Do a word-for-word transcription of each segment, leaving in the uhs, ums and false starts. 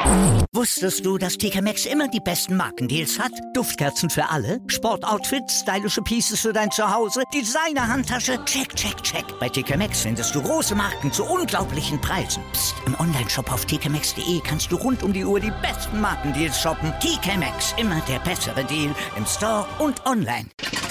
Wusstest du, dass T K Maxx immer die besten Markendeals hat? Duftkerzen für alle, Sportoutfits, stylische Pieces für dein Zuhause, Designer-Handtasche, check, check, check. Bei T K Maxx findest du große Marken zu unglaublichen Preisen. Psst. Im Onlineshop auf t k maxx punkt d e kannst du rund um die Uhr die besten Markendeals shoppen. T K Maxx, immer der bessere Deal im Store und online.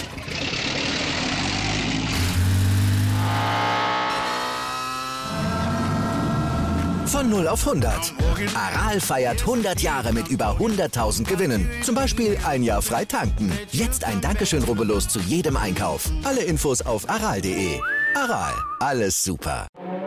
Von null auf hundert. Aral feiert hundert Jahre mit über hunderttausend Gewinnen. Zum Beispiel ein Jahr frei tanken. Jetzt ein Dankeschön, rubbellos zu jedem Einkauf. Alle Infos auf aral punkt de. Aral, alles super.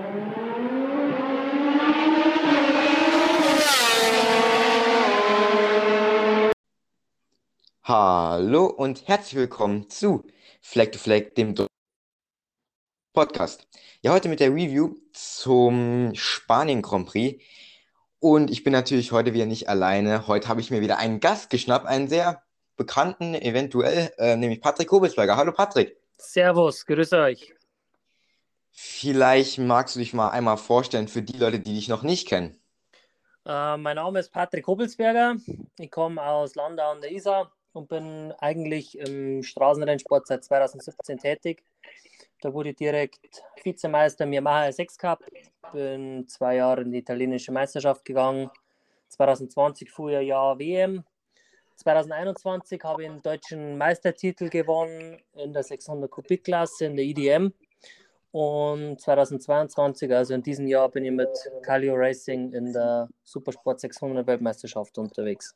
Hallo und herzlich willkommen zu Flag to Flag, dem Podcast. Ja, heute mit der Review zum Spanien Grand Prix. Und ich bin natürlich heute wieder nicht alleine. Heute habe ich mir wieder einen Gast geschnappt, einen sehr bekannten, eventuell, äh, nämlich Patrick Kobelsberger. Hallo Patrick. Servus, grüße euch. Vielleicht magst du dich mal einmal vorstellen für die Leute, die dich noch nicht kennen. Äh, mein Name ist Patrick Kobelsberger. Ich komme aus Landau an der Isar und bin eigentlich im Straßenrennsport seit zweitausendsiebzehn tätig. Da wurde ich direkt Vizemeister im Yamaha sechs Cup, bin zwei Jahre in die italienische Meisterschaft gegangen. zwanzig zwanzig fuhr ich ein Jahr W M. zwanzig einundzwanzig habe ich einen deutschen Meistertitel gewonnen in der sechshundert Kubik-Klasse in der I D M. Und zwanzig zweiundzwanzig, also in diesem Jahr, bin ich mit Kallio Racing in der Supersport sechshundert Weltmeisterschaft unterwegs.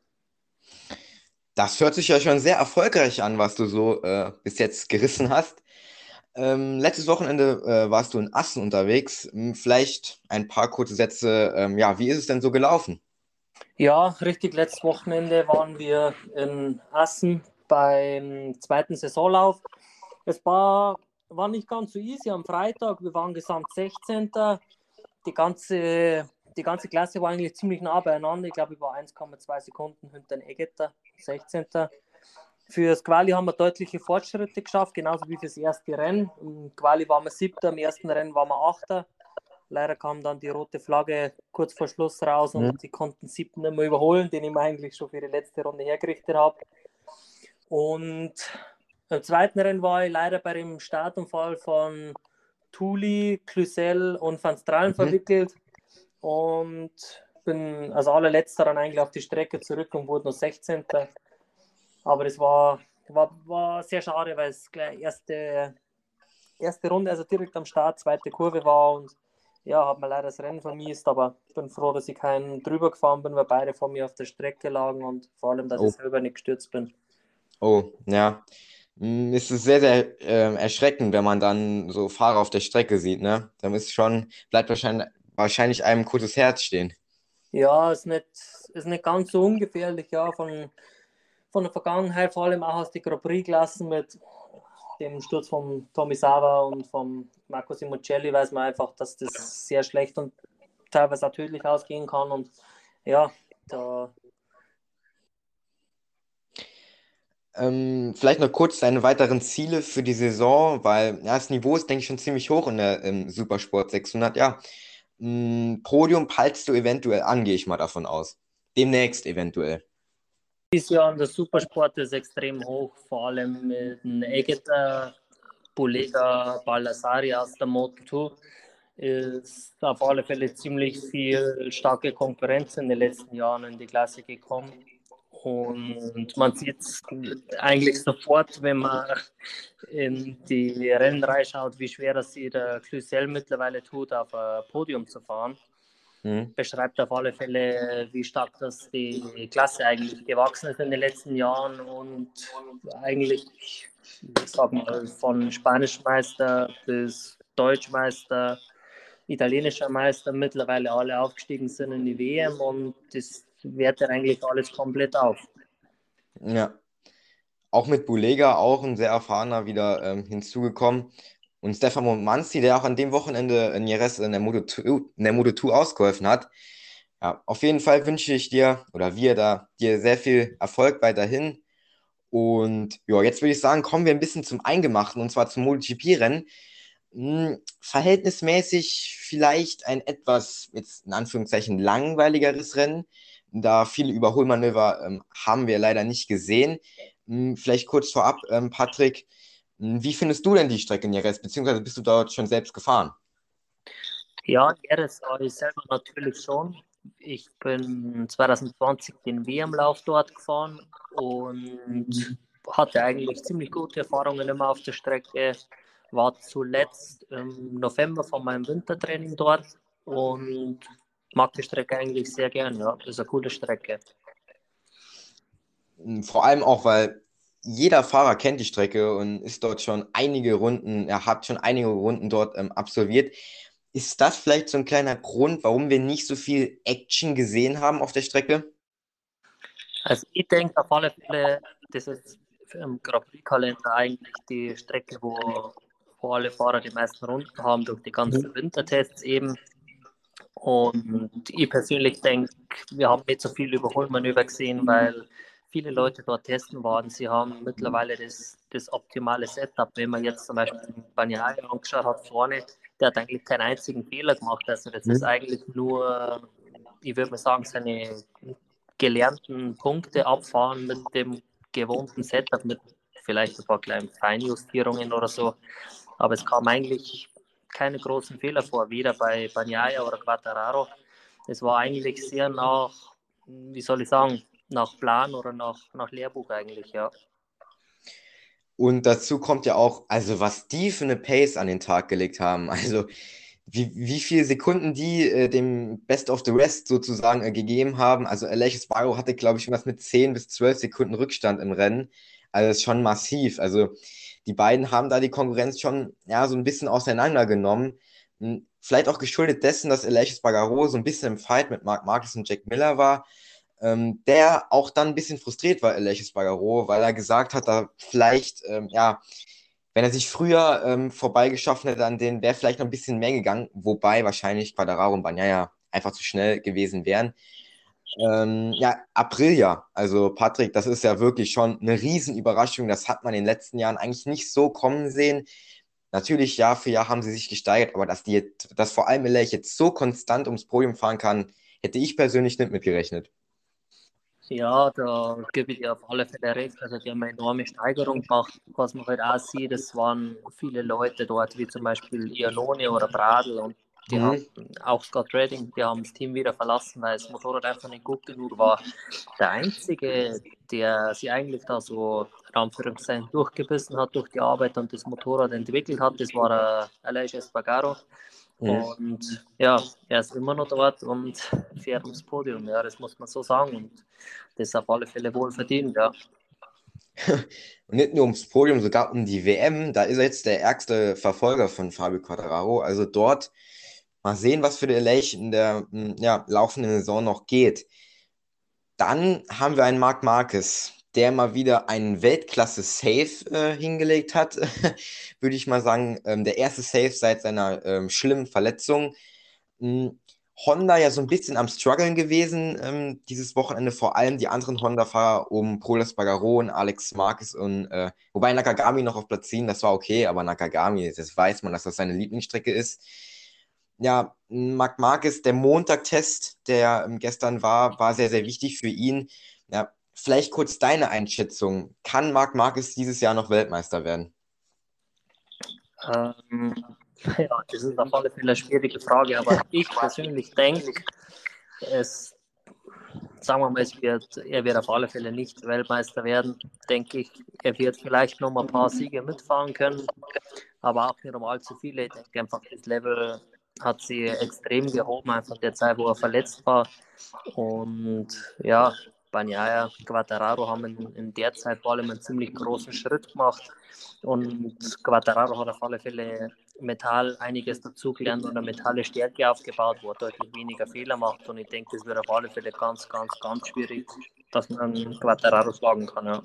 Das hört sich ja schon sehr erfolgreich an, was du so äh, bis jetzt gerissen hast. Ähm, letztes Wochenende äh, warst du in Assen unterwegs. Hm, vielleicht ein paar kurze Sätze. Ähm, ja, wie ist es denn so gelaufen? Ja, richtig. Letztes Wochenende waren wir in Assen beim zweiten Saisonlauf. Es war, war nicht ganz so easy am Freitag. Wir waren gesamt sechzehnter Die ganze, die ganze Klasse war eigentlich ziemlich nah beieinander. Ich glaube, ich war eins Komma zwei Sekunden hinter den Eggeter, sechzehnter Für das Quali haben wir deutliche Fortschritte geschafft, genauso wie fürs erste Rennen. Im Quali waren wir siebter, im ersten Rennen waren wir achter. Leider kam dann die rote Flagge kurz vor Schluss raus und mhm. die konnten siebten nicht mehr überholen, den ich mir eigentlich schon für die letzte Runde hergerichtet habe. Und im zweiten Rennen war ich leider bei dem Startunfall von Thuli, Cluzel und Van Stralen mhm. verwickelt und bin als allerletzter dann eigentlich auf die Strecke zurück und wurde noch sechzehnter Aber das war, war, war sehr schade, weil es gleich erste, erste Runde, also direkt am Start, zweite Kurve war und ja, habe mir leider das Rennen vermisst, aber ich bin froh, dass ich keinen drüber gefahren bin, weil beide vor mir auf der Strecke lagen und vor allem, dass oh. ich selber nicht gestürzt bin. Oh, ja. Es ist sehr, sehr äh, erschreckend, wenn man dann so Fahrer auf der Strecke sieht, ne? Dann ist schon, bleibt wahrscheinlich, wahrscheinlich einem ein kurzes Herz stehen. Ja, ist nicht, ist nicht ganz so ungefährlich, ja, von von der Vergangenheit, vor allem auch aus den Grand Prix-Klassen mit dem Sturz von Tommy Sava und von Marco Simoncelli, weiß man einfach, dass das sehr schlecht und teilweise auch tödlich ausgehen kann. Und ja, da. Ähm, vielleicht noch kurz deine weiteren Ziele für die Saison, weil ja, das Niveau ist, denke ich, schon ziemlich hoch in der im Supersport sechshundert. Ja, m, Podium peilst du eventuell an, gehe ich mal davon aus. Demnächst eventuell. Dieses Jahr an der Supersport ist extrem hoch, vor allem mit dem Egeta, Bulega, Baldassari aus der Moto zwei. Ist auf alle Fälle ziemlich viel starke Konkurrenz in den letzten Jahren in die Klasse gekommen. Und man sieht es eigentlich sofort, wenn man in die Rennen reinschaut, wie schwer es sich der Cluzel mittlerweile tut, auf ein Podium zu fahren. Mhm. Beschreibt auf alle Fälle, wie stark das die Klasse eigentlich gewachsen ist in den letzten Jahren und eigentlich, ich sag mal, von spanischen Meister bis Deutschmeister, italienischer Meister mittlerweile alle aufgestiegen sind in die W M und das wertet eigentlich alles komplett auf. Ja, auch mit Bulega, auch ein sehr erfahrener wieder ähm, hinzugekommen. Und Stefano Manzi, der auch an dem Wochenende in Jerez in der Moto zwei, in der Moto zwei ausgeholfen hat. Ja, auf jeden Fall wünsche ich dir, oder wir da, dir sehr viel Erfolg weiterhin. Und ja, jetzt würde ich sagen, kommen wir ein bisschen zum Eingemachten, und zwar zum MotoGP-Rennen. Mh, verhältnismäßig vielleicht ein etwas, jetzt in Anführungszeichen, langweiligeres Rennen, da viele Überholmanöver ähm, haben wir leider nicht gesehen. Mh, vielleicht kurz vorab, ähm, Patrick, mh, wie findest du denn die Strecke in Jerez, beziehungsweise bist du dort schon selbst gefahren? Ja, Jerez war ich selber natürlich schon. Ich bin zwanzig zwanzig den W M-Lauf dort gefahren und hatte eigentlich ziemlich gute Erfahrungen immer auf der Strecke. War zuletzt im November von meinem Wintertraining dort und mag die Strecke eigentlich sehr gern. Ja, das ist eine coole Strecke. Mh, Vor allem auch, weil jeder Fahrer kennt die Strecke und ist dort schon einige Runden, er hat schon einige Runden dort ähm, absolviert. Ist das vielleicht so ein kleiner Grund, warum wir nicht so viel Action gesehen haben auf der Strecke? Also ich denke auf alle Fälle, das ist im Grand Prix-Kalender eigentlich die Strecke, wo, wo alle Fahrer die meisten Runden haben, durch die ganzen Wintertests eben. Und ich persönlich denke, wir haben nicht so viel Überholmanöver gesehen, weil viele Leute dort testen waren. Sie haben mittlerweile das, das optimale Setup. Wenn man jetzt zum Beispiel Bagnaia angeschaut hat vorne, der hat eigentlich keinen einzigen Fehler gemacht. Also das ist eigentlich nur, ich würde mal sagen, seine gelernten Punkte abfahren mit dem gewohnten Setup, mit vielleicht ein paar kleinen Feinjustierungen oder so. Aber es kam eigentlich keine großen Fehler vor, weder bei Bagnaia oder Quartararo. Es war eigentlich sehr nach, wie soll ich sagen, nach Plan oder nach, nach Lehrbuch eigentlich, ja. Und dazu kommt ja auch, also was die für eine Pace an den Tag gelegt haben. Also wie, wie viele Sekunden die äh, dem Best of the Rest sozusagen äh, gegeben haben. Also Aleix Espargaro hatte, glaube ich, was mit zehn bis zwölf Sekunden Rückstand im Rennen. Also das ist schon massiv. Also die beiden haben da die Konkurrenz schon ja, so ein bisschen auseinandergenommen. Hm, Vielleicht auch geschuldet dessen, dass Aleix Espargaro so ein bisschen im Fight mit Marc Marquez und Jack Miller war, ähm, der auch dann ein bisschen frustriert war, Aleix Espargaro, weil er gesagt hat, da vielleicht, ähm, ja, wenn er sich früher ähm, vorbeigeschaffen hätte an denen, wäre vielleicht noch ein bisschen mehr gegangen, wobei wahrscheinlich Quadraro und Bagnaia einfach zu schnell gewesen wären. Ähm, ja, Aprilia, also Patrick, das ist ja wirklich schon eine Riesenüberraschung. Das hat man in den letzten Jahren eigentlich nicht so kommen sehen. Natürlich, Jahr für Jahr haben sie sich gesteigert, aber dass die jetzt, dass vor allem Aleix jetzt so konstant ums Podium fahren kann, hätte ich persönlich nicht mitgerechnet. Ja, da gebe ich dir auf alle Fälle recht. Also die haben eine enorme Steigerung gemacht. Was man halt auch sieht, es waren viele Leute dort, wie zum Beispiel Iannone oder Bradl, und die haben Mhm. auch Scott Redding, die haben das Team wieder verlassen, weil das Motorrad einfach nicht gut genug war. Der Einzige, der sich eigentlich da so in Anführungszeichen durchgebissen hat durch die Arbeit und das Motorrad entwickelt hat, das war äh, Aleix Espargaro. Mhm. Und ja, er ist immer noch dort und fährt ums Podium, ja, das muss man so sagen. Und das ist auf alle Fälle wohl verdient, ja. Und nicht nur ums Podium, sogar um die W M. Da ist er jetzt der ärgste Verfolger von Fabio Quartararo. Also dort mal sehen, was für die Aleix in der mm, ja, laufenden Saison noch geht. Dann haben wir einen Marc Marquez, der mal wieder einen Weltklasse-Save äh, hingelegt hat, würde ich mal sagen. Ähm, der erste Save seit seiner ähm, schlimmen Verletzung. Mm, Honda ja so ein bisschen am Struggeln gewesen, ähm, dieses Wochenende, vor allem die anderen Honda-Fahrer um Pol Espargaro und Alex Marquez und äh, wobei Nakagami noch auf Platz zehn, das war okay, aber Nakagami, das weiß man, dass das seine Lieblingsstrecke ist. Ja, Marc Marquez, der Montag-Test, der ähm, gestern war, war sehr, sehr wichtig für ihn. Ja, vielleicht kurz deine Einschätzung. Kann Marc Marquez dieses Jahr noch Weltmeister werden? Ähm, ja, das ist auf alle Fälle eine schwierige Frage, aber ich persönlich denke, es, sagen wir mal, es wird, er wird auf alle Fälle nicht Weltmeister werden, denke ich. Er wird vielleicht noch mal ein paar Siege mitfahren können, aber auch nicht um allzu viele. Ich denke einfach, das Level hat sie extrem gehoben, einfach der Zeit, wo er verletzt war. Und ja, Bagnaia, Quattararo haben in, in der Zeit vor allem einen ziemlich großen Schritt gemacht. Und Quattararo hat auf alle Fälle Metall einiges dazugelernt und eine Metalle Stärke aufgebaut, wo er deutlich weniger Fehler macht. Und ich denke, das wird auf alle Fälle ganz, ganz, ganz schwierig, dass man Quattararo schlagen kann. Ja.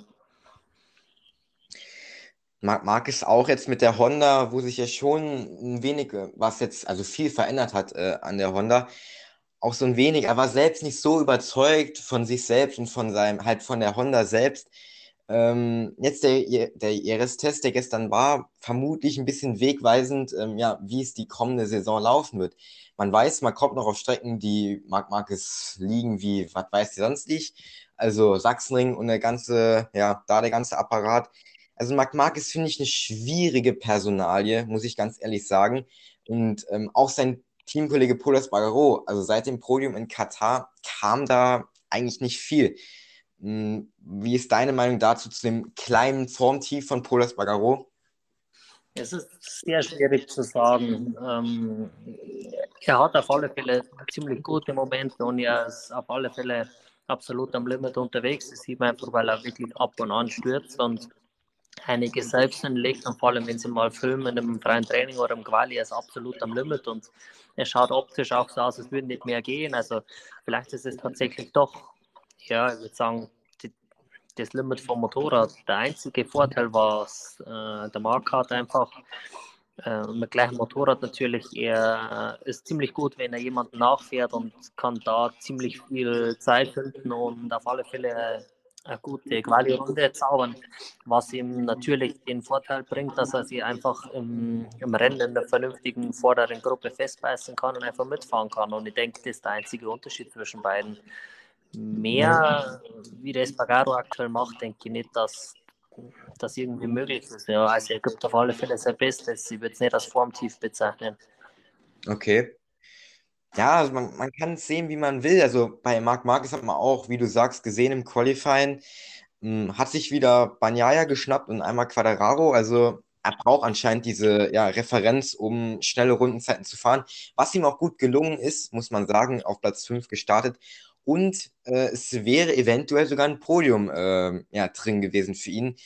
Marc Marquez auch jetzt mit der Honda, wo sich ja schon ein wenig, äh, was jetzt, also viel verändert hat äh, an der Honda, auch so ein wenig, er war selbst nicht so überzeugt von sich selbst und von seinem, halt von der Honda selbst. Ähm, jetzt der, der I R S-Test, der gestern war, vermutlich ein bisschen wegweisend, ähm, ja, wie es die kommende Saison laufen wird. Man weiß, man kommt noch auf Strecken, die Marc Marquez liegen, wie, was weiß die sonst nicht. Also Sachsenring und der ganze, ja, da der ganze Apparat. Also Marc Marquez finde ich eine schwierige Personalie, muss ich ganz ehrlich sagen. Und ähm, auch sein Teamkollege Pol Espargaro, also seit dem Podium in Katar kam da eigentlich nicht viel. Hm, Wie ist deine Meinung dazu, zu dem kleinen Formtief von Pol Espargaro? Es ist sehr schwierig zu sagen. Ähm, er hat auf alle Fälle ziemlich gute Momente und er ist auf alle Fälle absolut am Limit unterwegs. Das sieht man einfach, weil er wirklich ab und an stürzt und einige selbst hinlegt und vor allem, wenn sie mal filmen im freien Training oder im Quali, er ist absolut am Limit und er schaut optisch auch so aus, als würde nicht mehr gehen. Also vielleicht ist es tatsächlich doch, ja, ich würde sagen, die, das Limit vom Motorrad. Der einzige Vorteil war, äh, der Marc hat einfach äh, mit gleichem Motorrad natürlich, er äh, ist ziemlich gut, wenn er jemanden nachfährt und kann da ziemlich viel Zeit finden und auf alle Fälle eine gute Quali-Runde zaubern, was ihm natürlich den Vorteil bringt, dass er sich einfach im, im Rennen in der vernünftigen vorderen Gruppe festbeißen kann und einfach mitfahren kann. Und ich denke, das ist der einzige Unterschied zwischen beiden. Mehr, wie der Espargaro aktuell macht, denke ich nicht, dass das irgendwie möglich ist. Ja, also er gibt auf alle Fälle sein Bestes. Ich würde es nicht als Formtief bezeichnen. Okay. Ja, also man, man kann es sehen, wie man will. Also bei Marc Marquez hat man auch, wie du sagst, gesehen im Qualifying, mh, hat sich wieder Bagnaia geschnappt und einmal Quartararo. Also er braucht anscheinend diese ja, Referenz, um schnelle Rundenzeiten zu fahren. Was ihm auch gut gelungen ist, muss man sagen, auf Platz fünf gestartet. Und äh, es wäre eventuell sogar ein Podium äh, ja, drin gewesen für ihn.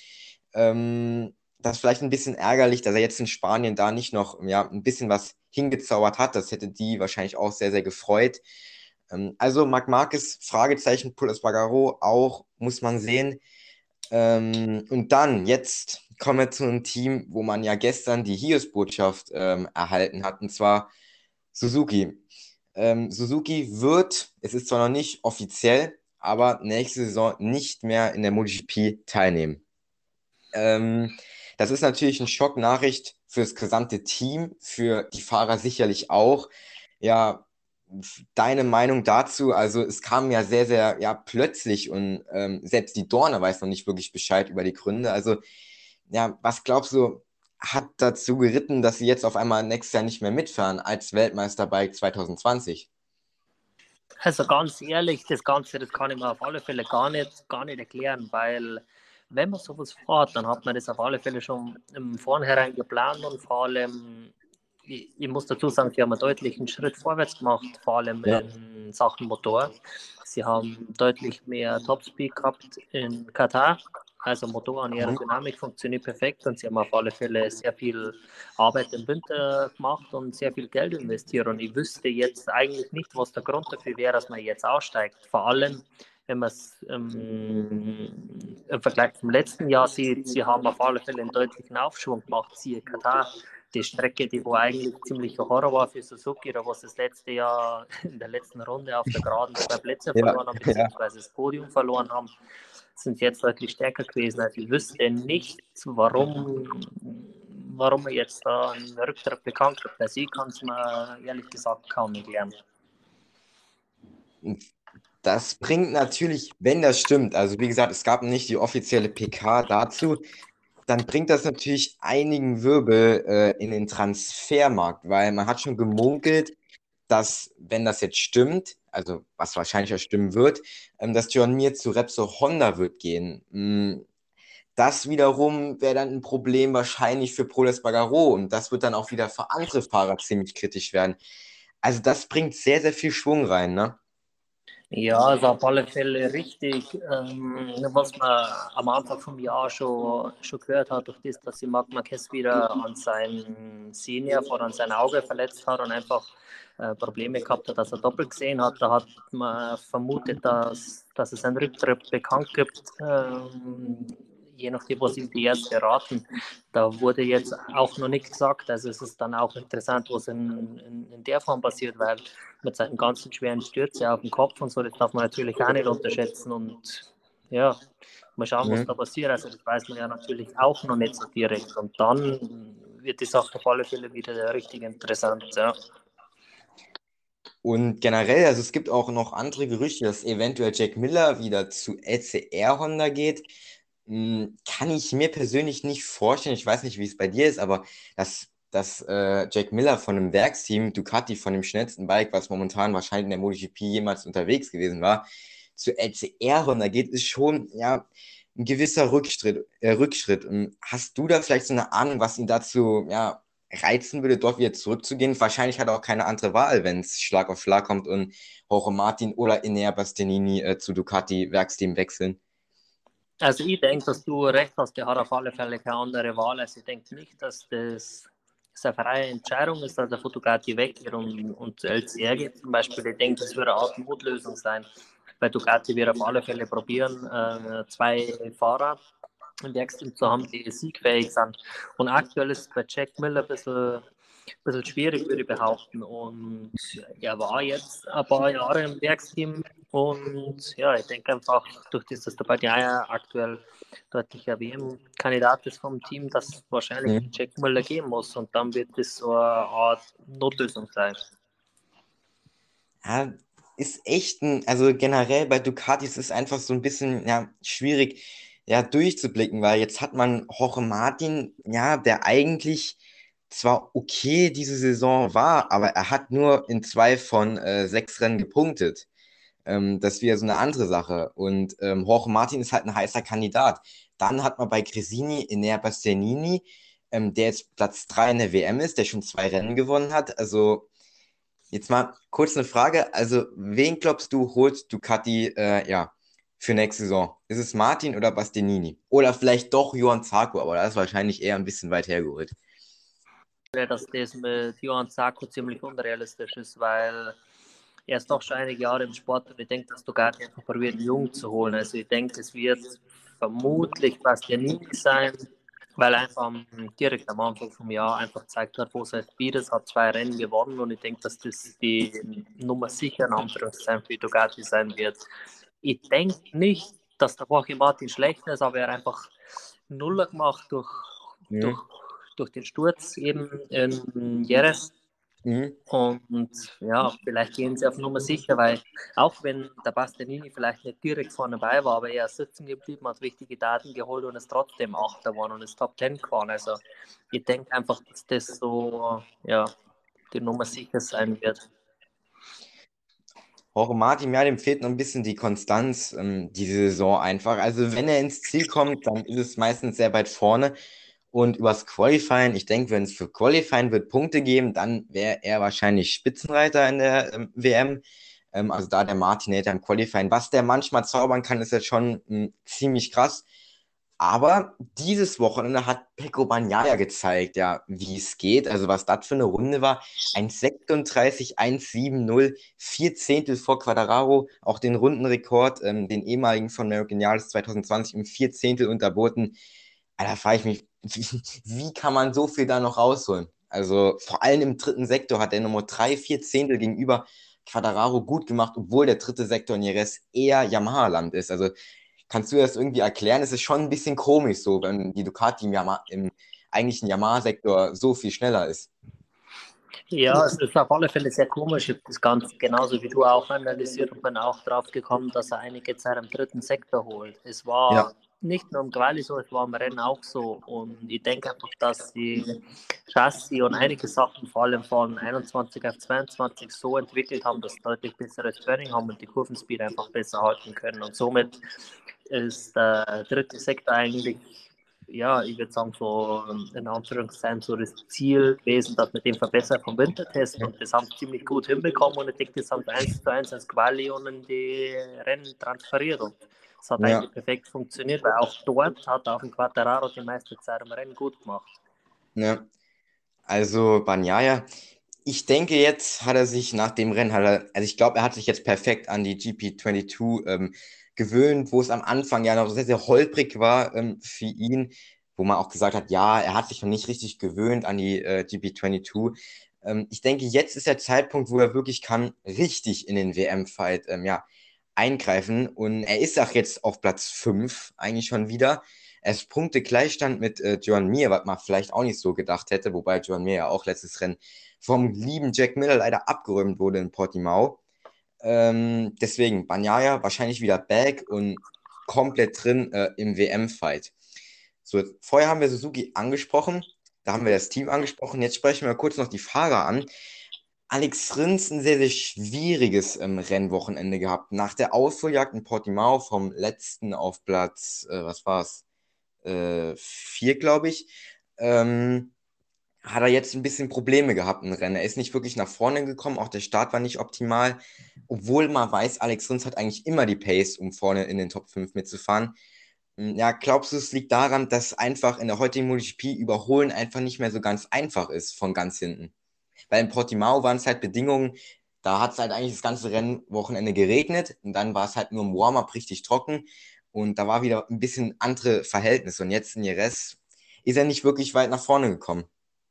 Ähm, Das ist vielleicht ein bisschen ärgerlich, dass er jetzt in Spanien da nicht noch ja, ein bisschen was hingezaubert hat. Das hätte die wahrscheinlich auch sehr, sehr gefreut. Ähm, also Marc Marquez, Fragezeichen, Pol Espargaro auch, muss man sehen. Ähm, und dann, jetzt kommen wir zu einem Team, wo man ja gestern die Hiobsbotschaft ähm, erhalten hat, und zwar Suzuki. Ähm, Suzuki wird, es ist zwar noch nicht offiziell, aber nächste Saison nicht mehr in der MotoGP teilnehmen. Ähm, Das ist natürlich eine Schocknachricht für das gesamte Team, für die Fahrer sicherlich auch. Ja, deine Meinung dazu? Also es kam ja sehr, sehr ja, plötzlich und ähm, selbst die Dorna weiß noch nicht wirklich Bescheid über die Gründe. Also ja, was glaubst du, hat dazu geritten, dass sie jetzt auf einmal nächstes Jahr nicht mehr mitfahren als Weltmeister bei zwanzig zwanzig? Also ganz ehrlich, das Ganze, das kann ich mir auf alle Fälle gar nicht, gar nicht erklären, weil wenn man sowas fährt, dann hat man das auf alle Fälle schon im Vornherein geplant und vor allem, ich, ich muss dazu sagen, sie haben einen deutlichen Schritt vorwärts gemacht, vor allem Ja, in Sachen Motor. Sie haben deutlich mehr Topspeed gehabt in Katar. Also Motor und mhm. Aerodynamik funktioniert perfekt und sie haben auf alle Fälle sehr viel Arbeit im Winter gemacht und sehr viel Geld investiert. Und ich wüsste jetzt eigentlich nicht, was der Grund dafür wäre, dass man jetzt aussteigt. Vor allem, wenn man es ähm, im Vergleich zum letzten Jahr sieht, sie haben auf alle Fälle einen deutlichen Aufschwung gemacht. Siehe Katar, die Strecke, die wo eigentlich ziemlich ein Horror war für Suzuki, da was das letzte Jahr in der letzten Runde auf der Geraden zwei Plätze Ja, verloren haben, ja. beziehungsweise das Podium verloren haben, sind jetzt deutlich stärker gewesen. Also ich wüsste nicht, warum, warum er jetzt da einen Rücktritt bekannt hat. Also ich kann es mir ehrlich gesagt kaum erklären. Das bringt natürlich, wenn das stimmt, also wie gesagt, es gab nicht die offizielle P K dazu, dann bringt das natürlich einigen Wirbel äh, in den Transfermarkt, weil man hat schon gemunkelt, dass, wenn das jetzt stimmt, also was wahrscheinlich auch stimmen wird, ähm, dass John Mir zu Repsol Honda wird gehen. Mm, Das wiederum wäre dann ein Problem wahrscheinlich für Pol Espargaro und das wird dann auch wieder für andere Fahrer ziemlich kritisch werden. Also das bringt sehr, sehr viel Schwung rein, ne? Ja, also auf alle Fälle richtig. Ähm, was man am Anfang vom Jahr schon, schon gehört hat, durch das, dass sich Marc Marquez wieder an seinen Senior vor an sein Auge verletzt hat und einfach äh, Probleme gehabt hat, dass er doppelt gesehen hat. Da hat man vermutet, dass, dass es einen Rücktritt bekannt gibt. Ähm, je nachdem, was ihm die Ärzte raten. Da wurde jetzt auch noch nichts gesagt. Also es ist dann auch interessant, was in, in, in der Form passiert, weil mit seinen ganzen schweren Stürzen auf dem Kopf und so, das darf man natürlich auch nicht unterschätzen. Und ja, mal schauen, was Mhm. da passiert. Also das weiß man ja natürlich auch noch nicht so direkt. Und dann wird die Sache auf alle Fälle wieder richtig interessant. Ja. Und generell, also es gibt auch noch andere Gerüchte, dass eventuell Jack Miller wieder zu L C R Honda geht. Hm, Kann ich mir persönlich nicht vorstellen. Ich weiß nicht, wie es bei dir ist, aber dass, dass äh, Jack Miller von einem Werksteam, Ducati, von dem schnellsten Bike, was momentan wahrscheinlich in der MotoGP jemals unterwegs gewesen war, zu L C R Honda geht, ist schon ja, ein gewisser Rückschritt. Äh, Rückschritt. Ähm, Hast du da vielleicht so eine Ahnung, was ihn dazu ja, reizen würde, dort wieder zurückzugehen? Wahrscheinlich hat er auch keine andere Wahl, wenn es Schlag auf Schlag kommt und Jorge Martin oder Enea Bastianini äh, zu Ducati Werksteam wechseln. Also ich denke, dass du recht hast, der hat auf alle Fälle keine andere Wahl. Also ich denke nicht, dass das eine freie Entscheidung ist, dass der Fotografie weggeht und, und zu L C R geht zum Beispiel. Ich denke, das würde eine Art Notlösung sein, weil Ducati wird auf alle Fälle probieren, äh, zwei Fahrer im Werksteam zu haben, die siegfähig sind. Und aktuell ist es bei Jack Miller ein bisschen ein bisschen schwierig, würde ich behaupten. Und er war jetzt ein paar Jahre im Werksteam und ja, ich denke einfach, durch das, dass der Bagnaia aktuell deutlicher W M-Kandidat ist vom Team, dass es wahrscheinlich Mhm. Jack Müller geben muss und dann wird das so eine Art Notlösung sein. Ja, ist echt ein, also generell bei Ducatis ist einfach so ein bisschen ja, schwierig ja, durchzublicken, weil jetzt hat man Jorge Martin, ja, der eigentlich zwar okay diese Saison war, aber er hat nur in zwei von äh, sechs Rennen gepunktet. Ähm, das ist wieder so eine andere Sache. Und ähm, Jorge Martin ist halt ein heißer Kandidat. Dann hat man bei Gresini Enea Bastianini, ähm, der jetzt Platz drei in der W M ist, der schon zwei Rennen gewonnen hat. Also jetzt mal kurz eine Frage. Also, wen glaubst du, holt Ducati äh, ja, für nächste Saison? Ist es Martin oder Bastianini? Oder vielleicht doch Johann Zarco, aber das ist wahrscheinlich eher ein bisschen weit hergeholt. Dass das mit Johann Zarco ziemlich unrealistisch ist, weil er ist doch schon einige Jahre im Sport und ich denke, dass Ducati einfach probiert, einen Jungen zu holen. Also ich denke, es wird vermutlich Bastianini sein, weil er einfach direkt am Anfang vom Jahr einfach gezeigt hat, wo sein Speed ist, hat zwei Rennen gewonnen und ich denke, dass das die Nummer sicher in Anführungszeichen für Ducati sein wird. Ich denke nicht, dass der Joachim Martin schlecht ist, aber er hat einfach Nuller gemacht durch, Mhm. durch, durch den Sturz eben in Jerez. Mhm. Und ja, vielleicht gehen sie auf Nummer sicher, weil auch wenn der Bastianini vielleicht nicht direkt vorne dabei war, aber er ist sitzen geblieben, hat wichtige Daten geholt und ist trotzdem Achter geworden und ist Top Ten geworden. Also ich denke einfach, dass das so ja, die Nummer sicher sein wird. Jorge Martin, ja, dem fehlt noch ein bisschen die Konstanz ähm, diese Saison einfach. Also wenn er ins Ziel kommt, dann ist es meistens sehr weit vorne. Und übers Qualifying, ich denke, wenn es für Qualifying wird Punkte geben, dann wäre er wahrscheinlich Spitzenreiter in der ähm, W M. Ähm, also da der Martinator im Qualifying. Was der manchmal zaubern kann, ist jetzt schon ähm, ziemlich krass. Aber dieses Wochenende hat Pecco Bagnaia gezeigt, ja, wie es geht. Also was das für eine Runde war. eins sechsunddreißig, eins siebzig, vier Zehntel vor Quartararo. Auch den Rundenrekord, ähm, den ehemaligen von American Geniales zwanzig zwanzig um vier Zehntel unterboten. Da frage ich mich, wie, wie kann man so viel da noch rausholen? Also vor allem im dritten Sektor hat er Nummer drei, vier Zehntel gegenüber Quartararo gut gemacht, obwohl der dritte Sektor in Jerez eher Yamaha-Land ist. Also kannst du das irgendwie erklären? Es ist schon ein bisschen komisch so, wenn die Ducati im, Yamaha, im eigentlichen Yamaha-Sektor so viel schneller ist. Ja, es ist auf alle Fälle sehr komisch. Ich habe das Ganze genauso wie du auch analysiert und bin auch drauf gekommen, dass er einige Zeit im dritten Sektor holt. Es war Ja. nicht nur im Quali so, es war im Rennen auch so. Und ich denke einfach, dass die Chassis und einige Sachen vor allem von einundzwanzig auf zweiundzwanzig so entwickelt haben, dass sie deutlich besseres Turning haben und die Kurvenspeed einfach besser halten können. Und somit ist der dritte Sektor eigentlich, ja, ich würde sagen, so in Anführungszeichen so das Ziel gewesen, dass wir den verbessern vom Wintertest und das haben sie ziemlich gut hinbekommen und ich denke, das haben sie eins zu eins ins Quali und in die Rennen transferiert und es hat Ja. eigentlich perfekt funktioniert, weil auch dort hat auf dem Quartararo die meiste Zeit im Rennen gut gemacht. Ja. Also Bagnaia, ich denke, jetzt hat er sich nach dem Rennen, hat er, also ich glaube, er hat sich jetzt perfekt an die G P zweiundzwanzig ähm, gewöhnt, wo es am Anfang ja noch sehr, sehr holprig war ähm, für ihn, wo man auch gesagt hat, ja, er hat sich noch nicht richtig gewöhnt an die äh, G P zweiundzwanzig. Ähm, ich denke, jetzt ist der Zeitpunkt, wo er wirklich kann, richtig in den W M-Fight ähm, ja, eingreifen. Und er ist auch jetzt auf Platz fünf eigentlich schon wieder. Er ist Punktegleichstand mit äh, Joan Mir, was man vielleicht auch nicht so gedacht hätte, wobei Joan Mir ja auch letztes Rennen vom lieben Jack Miller leider abgeräumt wurde in Portimao. Ähm, deswegen, Bagnaia wahrscheinlich wieder back und komplett drin äh, im W M-Fight. So, vorher haben wir Suzuki angesprochen, da haben wir das Team angesprochen, jetzt sprechen wir kurz noch die Fahrer an. Alex Rins ein sehr, sehr schwieriges ähm, Rennwochenende gehabt. Nach der Aufholjagd in Portimao vom letzten auf Platz, äh, was war's, äh, vier, glaube ich, ähm, hat er jetzt ein bisschen Probleme gehabt im Rennen. Er ist nicht wirklich nach vorne gekommen, auch der Start war nicht optimal, obwohl man weiß, Alex Rins hat eigentlich immer die Pace, um vorne in den Top fünf mitzufahren. Ja, glaubst du, es liegt daran, dass einfach in der heutigen MotoGP Überholen einfach nicht mehr so ganz einfach ist von ganz hinten? Weil in Portimao waren es halt Bedingungen, da hat es halt eigentlich das ganze Rennwochenende geregnet und dann war es halt nur im Warm-up richtig trocken und da war wieder ein bisschen andere Verhältnisse. Und jetzt in Jerez ist er nicht wirklich weit nach vorne gekommen.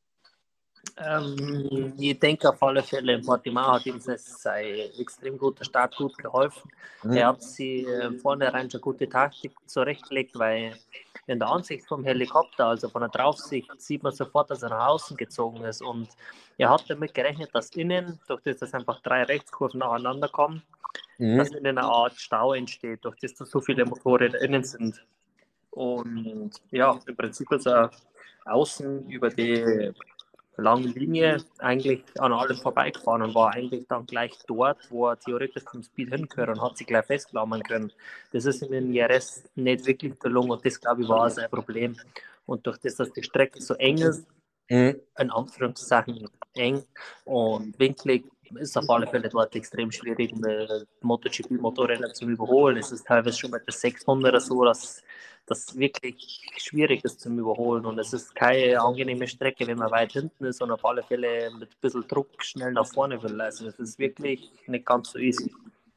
Ähm, ich denke auf alle Fälle, Portimao hat ihm sein extrem guter Start gut geholfen. Mhm. Er hat sie äh, vornherein schon gute Taktik zurechtgelegt, weil in der Ansicht vom Helikopter, also von der Draufsicht, sieht man sofort, dass er nach außen gezogen ist. Und er hat damit gerechnet, dass innen, durch das, dass einfach drei Rechtskurven nacheinander kommen, mhm. dass innen eine Art Stau entsteht, durch das, dass so viele Motorräder innen sind. Und ja, im Prinzip ist er außen über die lange Linie eigentlich an allem vorbeigefahren und war eigentlich dann gleich dort, wo er theoretisch zum Speed hinkönnen und hat sich gleich festklammern können. Das ist ihm in Jerez nicht wirklich gelungen und das, glaube ich, war sein Problem. Und durch das, dass die Strecke so eng ist, mhm. in Anführungszeichen eng und winklig, ist auf alle Fälle dort extrem schwierig, mit MotoGP-Motorrädern zu überholen. Es ist teilweise schon mit der sechshunderter so, dass das wirklich schwierig ist zum Überholen und es ist keine angenehme Strecke, wenn man weit hinten ist und auf alle Fälle mit ein bisschen Druck schnell nach vorne will. Also es ist wirklich nicht ganz so easy.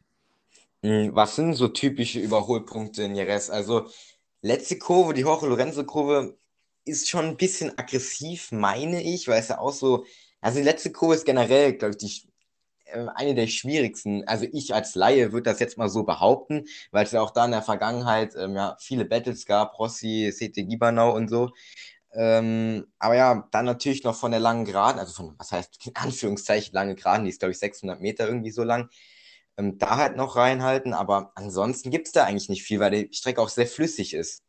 Was sind so typische Überholpunkte in Jerez? Also letzte Kurve, die Jorge Lorenzo-Kurve, ist schon ein bisschen aggressiv, meine ich, weil es ja auch so, also die letzte Kurve ist generell, glaube ich, die eine der schwierigsten, also ich als Laie würde das jetzt mal so behaupten, weil es ja auch da in der Vergangenheit ähm, ja, viele Battles gab, Rossi, Sete Gibernau und so. Ähm, aber ja, dann natürlich noch von der langen Geraden, also von, was heißt, in Anführungszeichen lange Geraden, die ist glaube ich sechshundert Meter irgendwie so lang, ähm, da halt noch reinhalten, aber ansonsten gibt es da eigentlich nicht viel, weil die Strecke auch sehr flüssig ist.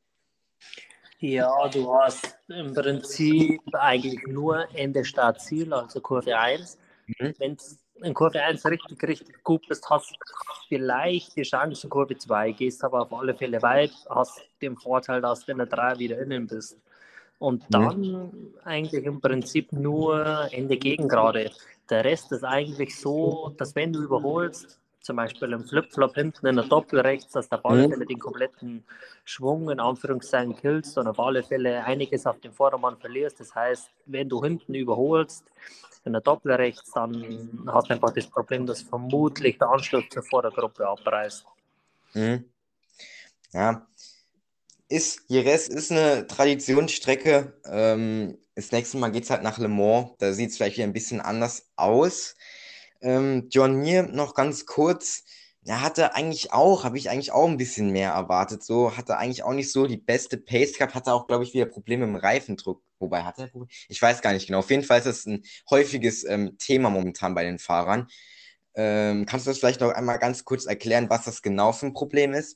Ja, du hast im Prinzip eigentlich nur Ende Start Ziel, also Kurve eins. Mhm. Wenn es in Kurve eins richtig, richtig gut bist, hast du vielleicht die Chance in Kurve zwei, gehst aber auf alle Fälle weit, hast den Vorteil, dass du in der drei wieder innen bist. Und dann mhm. eigentlich im Prinzip nur Ende Gegengrade. Der Rest ist eigentlich so, dass wenn du überholst, zum Beispiel im Flip-Flop hinten in der Doppel rechts, dass du auf alle Fälle den kompletten Schwung in Anführungszeichen killst und auf alle Fälle einiges auf dem Vordermann verlierst. Das heißt, wenn du hinten überholst, in der Doppel rechts, dann hast du einfach das Problem, dass vermutlich der Anschluss zur Vordergruppe abreißt. Mhm. Ja, ist, Jerez ist eine Traditionsstrecke. Ähm, das nächste Mal geht es halt nach Le Mans. Da sieht es vielleicht wieder ein bisschen anders aus. Ähm, Joan Mir noch ganz kurz. Er hatte eigentlich auch, habe ich eigentlich auch ein bisschen mehr erwartet. So hatte eigentlich auch nicht so die beste Pace gehabt. Hatte auch, glaube ich, wieder Probleme im Reifendruck. Wobei, hat er Probleme? Ich weiß gar nicht genau. Auf jeden Fall ist das ein häufiges ähm, Thema momentan bei den Fahrern. Ähm, kannst du das vielleicht noch einmal ganz kurz erklären, was das genau für ein Problem ist?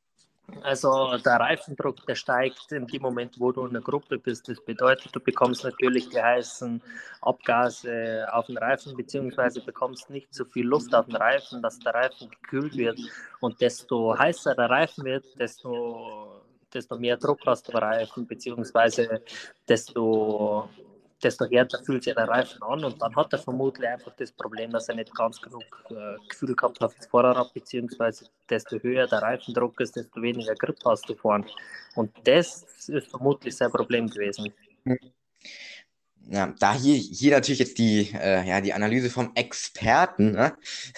Also der Reifendruck, der steigt in dem Moment, wo du in der Gruppe bist. Das bedeutet, du bekommst natürlich die heißen Abgase auf den Reifen, beziehungsweise bekommst nicht so viel Luft auf den Reifen, dass der Reifen gekühlt wird. Und desto heißer der Reifen wird, desto, desto mehr Druck hast du am Reifen, beziehungsweise desto... desto härter fühlt sich der Reifen an und dann hat er vermutlich einfach das Problem, dass er nicht ganz genug äh, Gefühl gehabt hat fürs Vorderrad, beziehungsweise desto höher der Reifendruck ist, desto weniger Grip hast du vorn. Und das ist vermutlich sein Problem gewesen. Ja, da hier, hier natürlich jetzt die, äh, ja, die Analyse vom Experten. Ne?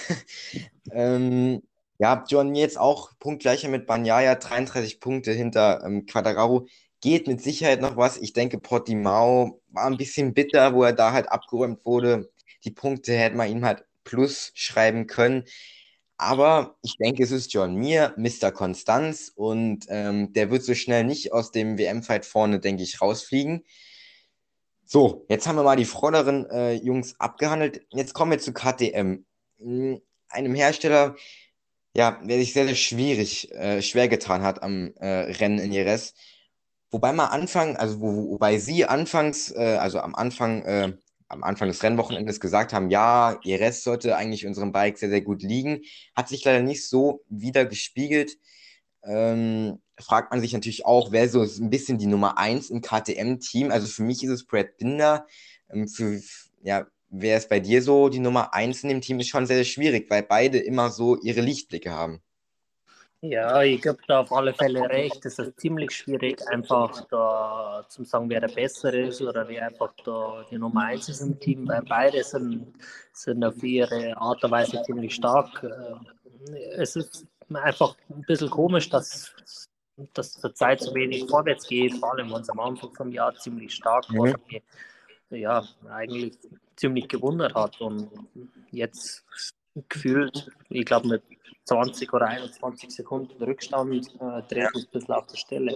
ähm, ja, Joan jetzt auch punktgleicher mit Bagnaia, dreiunddreißig Punkte hinter ähm, Quartararo. Geht mit Sicherheit noch was. Ich denke, Portimao war ein bisschen bitter, wo er da halt abgeräumt wurde. Die Punkte hätte man ihm halt plus schreiben können. Aber ich denke, es ist John Mir, Mister Konstanz, und ähm, der wird so schnell nicht aus dem W M-Fight vorne, denke ich, rausfliegen. So, jetzt haben wir mal die vorderen äh, Jungs abgehandelt. Jetzt kommen wir zu K T M. Hm, einem Hersteller, ja, der sich sehr, sehr schwierig, äh, schwer getan hat am äh, Rennen in Jerez. Wobei man Anfang, also wo, wobei sie anfangs, äh, also am Anfang, äh, am Anfang des Rennwochenendes gesagt haben, ja, Jerez sollte eigentlich unserem Bike sehr, sehr gut liegen, hat sich leider nicht so wieder gespiegelt. Ähm, fragt man sich natürlich auch, wer so ein bisschen die Nummer eins im K T M-Team. Also für mich ist es Brad Binder. Ähm, für, ja, wer ist bei dir so die Nummer eins in dem Team, ist schon sehr, sehr schwierig, weil beide immer so ihre Lichtblicke haben. Ja, ich gebe da auf alle Fälle recht. Es ist ziemlich schwierig, einfach da zu sagen, wer der Bessere ist oder wer einfach da die Nummer eins ist im Team, weil beide sind, sind auf ihre Art und Weise ziemlich stark. Es ist einfach ein bisschen komisch, dass, dass zur Zeit so wenig vorwärts geht, vor allem wenn es am Anfang vom Jahr ziemlich stark war, was mich ja eigentlich ziemlich gewundert hat. Und jetzt gefühlt, ich glaube mit zwanzig oder einundzwanzig Sekunden Rückstand, äh, dreht uns ein bisschen auf der Stelle.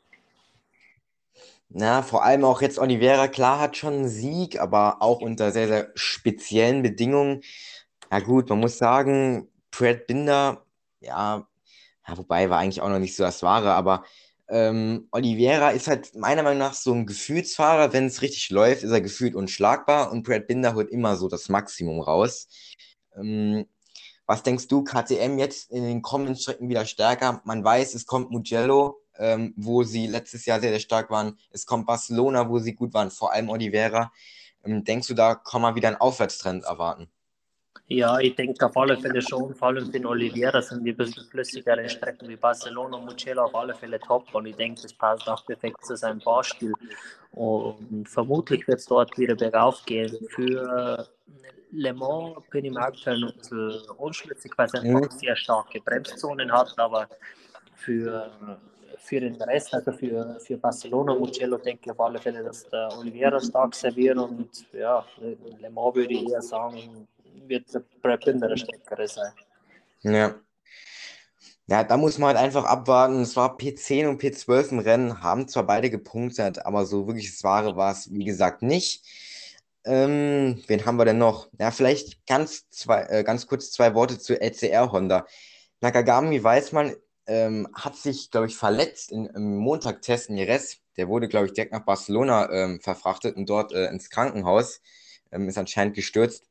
Na, vor allem auch jetzt Oliveira, klar, hat schon einen Sieg, aber auch unter sehr, sehr speziellen Bedingungen. Ja gut, man muss sagen, Brad Binder, ja, ja, wobei war eigentlich auch noch nicht so das Wahre, aber ähm, Oliveira ist halt meiner Meinung nach so ein Gefühlsfahrer. Wenn es richtig läuft, ist er gefühlt unschlagbar, und Brad Binder holt immer so das Maximum raus. Ähm, Was denkst du, K T M jetzt in den kommenden Strecken wieder stärker? Man weiß, es kommt Mugello, ähm, wo sie letztes Jahr sehr, sehr stark waren. Es kommt Barcelona, wo sie gut waren, vor allem Oliveira. Ähm, denkst du, da kann man wieder einen Aufwärtstrend erwarten? Ja, ich denke auf alle Fälle schon, vor allem für den Oliveira sind die ein bisschen flüssigere Strecken wie Barcelona und Mugello auf alle Fälle top, und ich denke, das passt auch perfekt zu seinem Fahrstil. Und vermutlich wird es dort wieder bergauf gehen. Für Le Mans bin ich im aktuell noch ein bisschen unschlüssig, weil es einfach Mhm. sehr starke Bremszonen hat, aber für, für den Rest, also für, für Barcelona und Mugello, denke ich auf alle Fälle, dass der Oliveira stark serviert, und ja, Le Mans würde ich eher sagen, wird der Brad Binder der stärkere sein. Ja. Ja, da muss man halt einfach abwarten. Es war P zehn und P zwölf im Rennen, haben zwar beide gepunktet, aber so wirklich das Wahre war es, wie gesagt, nicht. Ähm, wen haben wir denn noch? Ja, vielleicht ganz, zwei, äh, ganz kurz zwei Worte zu L C R Honda. Nakagami, weiß man, ähm, hat sich, glaube ich, verletzt in, im Montagtest in Jerez. Der wurde, glaube ich, direkt nach Barcelona ähm, verfrachtet und dort äh, ins Krankenhaus. Ähm, ist anscheinend gestürzt.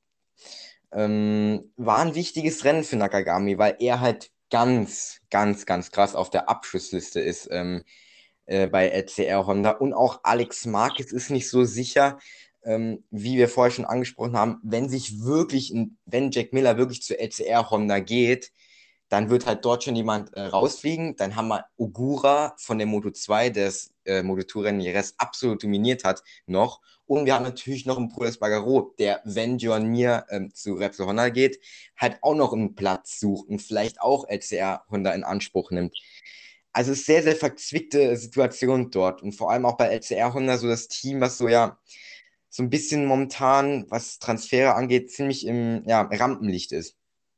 Ähm, war ein wichtiges Rennen für Nakagami, weil er halt ganz, ganz, ganz krass auf der Abschussliste ist ähm, äh, bei L C R Honda. Und auch Alex Marquez ist nicht so sicher, ähm, wie wir vorher schon angesprochen haben, wenn sich wirklich, wenn Jack Miller wirklich zu L C R Honda geht, dann wird halt dort schon jemand äh, rausfliegen. Dann haben wir Ogura von der Moto zwei, der das äh, Moto zwei Rennen Jerez absolut dominiert hat, noch. Und wir haben natürlich noch einen Pol Espargaro, der, wenn John Mir ähm, zu Repsol Honda geht, halt auch noch einen Platz sucht und vielleicht auch L C R Honda in Anspruch nimmt. Also es ist sehr, sehr verzwickte Situation dort. Und vor allem auch bei L C R Honda so das Team, was so ja so ein bisschen momentan, was Transfere angeht, ziemlich im ja, Rampenlicht ist.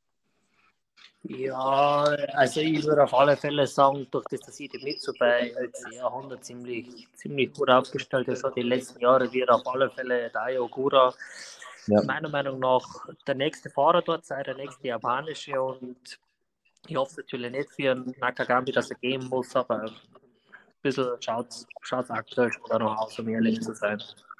Ja, also ich würde auf alle Fälle sagen, durch das, dass Idemitsu bei L C R Honda ziemlich, ziemlich gut aufgestellt ist, die letzten Jahre wird auf alle Fälle Dai Ogura ja. meiner Meinung nach der nächste Fahrer dort sein, der nächste japanische, und ich hoffe natürlich nicht für Nakagami, dass er gehen muss, aber ein bisschen schaut es aktuell schon noch aus, um ehrlich zu sein.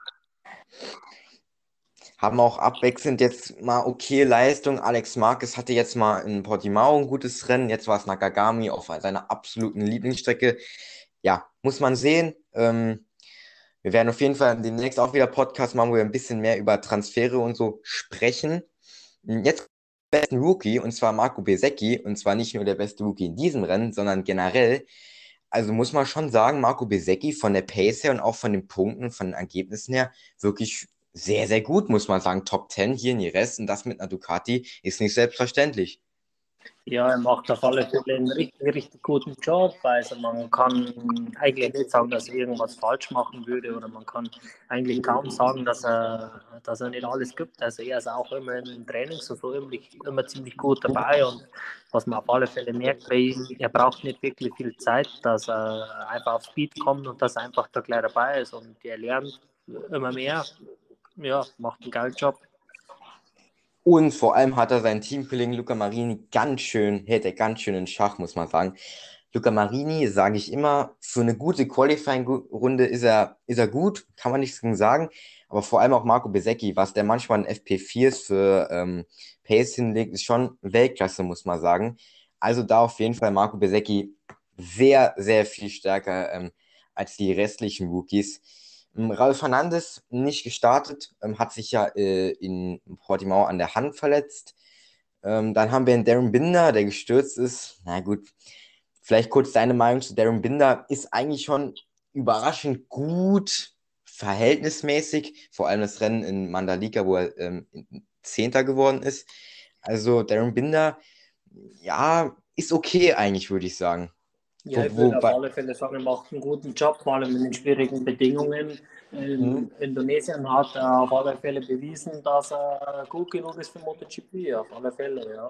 Haben auch abwechselnd jetzt mal okay Leistung. Alex Marquez hatte jetzt mal in Portimao ein gutes Rennen. Jetzt war es Nakagami auf seiner absoluten Lieblingsstrecke. Ja, muss man sehen. Ähm, wir werden auf jeden Fall demnächst auch wieder Podcast machen, wo wir ein bisschen mehr über Transfere und so sprechen. Jetzt der besten Rookie, und zwar Marco Bezzecchi. Und zwar nicht nur der beste Rookie in diesem Rennen, sondern generell. Also muss man schon sagen, Marco Bezzecchi von der Pace her und auch von den Punkten und von den Ergebnissen her wirklich sehr, sehr gut, muss man sagen. Top zehn hier in Jerez, und das mit einer Ducati ist nicht selbstverständlich. Ja, er macht auf alle Fälle einen richtig, richtig guten Job. Also man kann eigentlich nicht sagen, dass er irgendwas falsch machen würde oder man kann eigentlich kaum sagen, dass er, dass er nicht alles gibt. Also er ist auch immer im Training so, so immer, immer ziemlich gut dabei und was man auf alle Fälle merkt bei ihm, er braucht nicht wirklich viel Zeit, dass er einfach auf Speed kommt und dass er einfach da gleich dabei ist und er lernt immer mehr. Ja, macht einen geilen Job. Und vor allem hat er seinen Teamkollegen Luca Marini ganz schön, hält er ganz schön in Schach, muss man sagen. Luca Marini, sage ich immer, für eine gute Qualifying-Runde ist er, ist er gut, kann man nichts gegen sagen. Aber vor allem auch Marco Bezzecchi, was der manchmal in F P vier für ähm, Pace hinlegt, ist schon Weltklasse, muss man sagen. Also da auf jeden Fall Marco Bezzecchi sehr, sehr viel stärker ähm, als die restlichen Rookies. Ähm, Raul Fernandes nicht gestartet, ähm, hat sich ja äh, in Portimao an der Hand verletzt. Ähm, dann haben wir einen Darren Binder, der gestürzt ist. Na gut, vielleicht kurz deine Meinung zu Darren Binder. Ist eigentlich schon überraschend gut, verhältnismäßig. Vor allem das Rennen in Mandalika, wo er ähm, Zehnter geworden ist. Also Darren Binder, ja, ist okay eigentlich, würde ich sagen. Ja, Wo, ich würde wo, auf bei, alle Fälle sagen, er macht einen guten Job, vor allem in den schwierigen Bedingungen. hm? In Indonesien hat er auf alle Fälle bewiesen, dass er gut genug ist für MotoGP, auf alle Fälle, ja.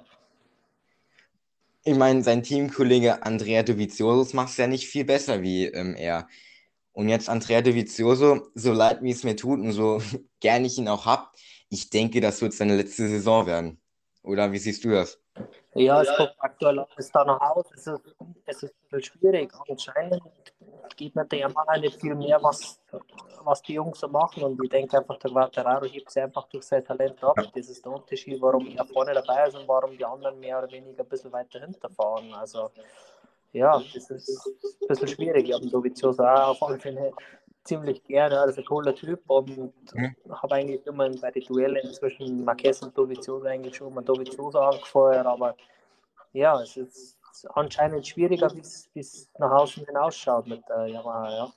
Ich meine, sein Teamkollege Andrea Dovizioso macht es ja nicht viel besser wie ähm, er. Und jetzt Andrea Dovizioso, so leid wie es mir tut und so gern ich ihn auch hab, ich denke, das wird seine letzte Saison werden. Oder wie siehst du das? Ja, es kommt aktuell alles danach aus. Es ist, es ist ein bisschen schwierig. Anscheinend geht mit der Yamaha nicht viel mehr, was, was die Jungs so machen. Und ich denke einfach, der Quartararo hebt sie einfach durch sein Talent ab. Das ist der Unterschied, warum er vorne dabei ist und warum die anderen mehr oder weniger ein bisschen weiter hinterfahren. Also, ja, das ist ein bisschen schwierig. Ich habe den Dovizioso auch auf alle Fälle ziemlich gerne. Er ist ein cooler Typ und Hm? habe eigentlich immer bei den Duellen zwischen Marquez und Dovizioso eigentlich schon mal Dovizioso angefeuert. Aber ja, es ist anscheinend schwieriger, wie es nach außen hin ausschaut mit der Yamaha, ja.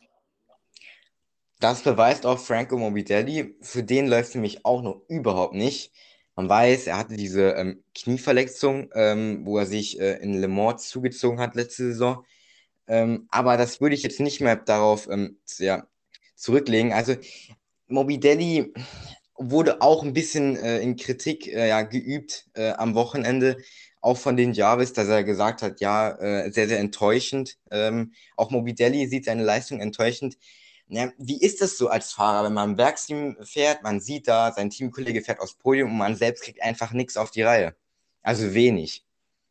Das beweist auch Franco Morbidelli. Für den läuft nämlich auch noch überhaupt nicht. Man weiß, er hatte diese ähm, Knieverletzung, ähm, wo er sich äh, in Le Mans zugezogen hat letzte Saison. Ähm, aber das würde ich jetzt nicht mehr darauf ähm, ja, zurücklegen. Also Morbidelli wurde auch ein bisschen äh, in Kritik äh, ja, geübt äh, am Wochenende, auch von den Jarvis, dass er gesagt hat, ja, äh, sehr, sehr enttäuschend. Ähm, auch Morbidelli sieht seine Leistung enttäuschend. Ja, wie ist das so als Fahrer, wenn man im Werksteam fährt, man sieht da, sein Teamkollege fährt aufs Podium und man selbst kriegt einfach nichts auf die Reihe? Also wenig.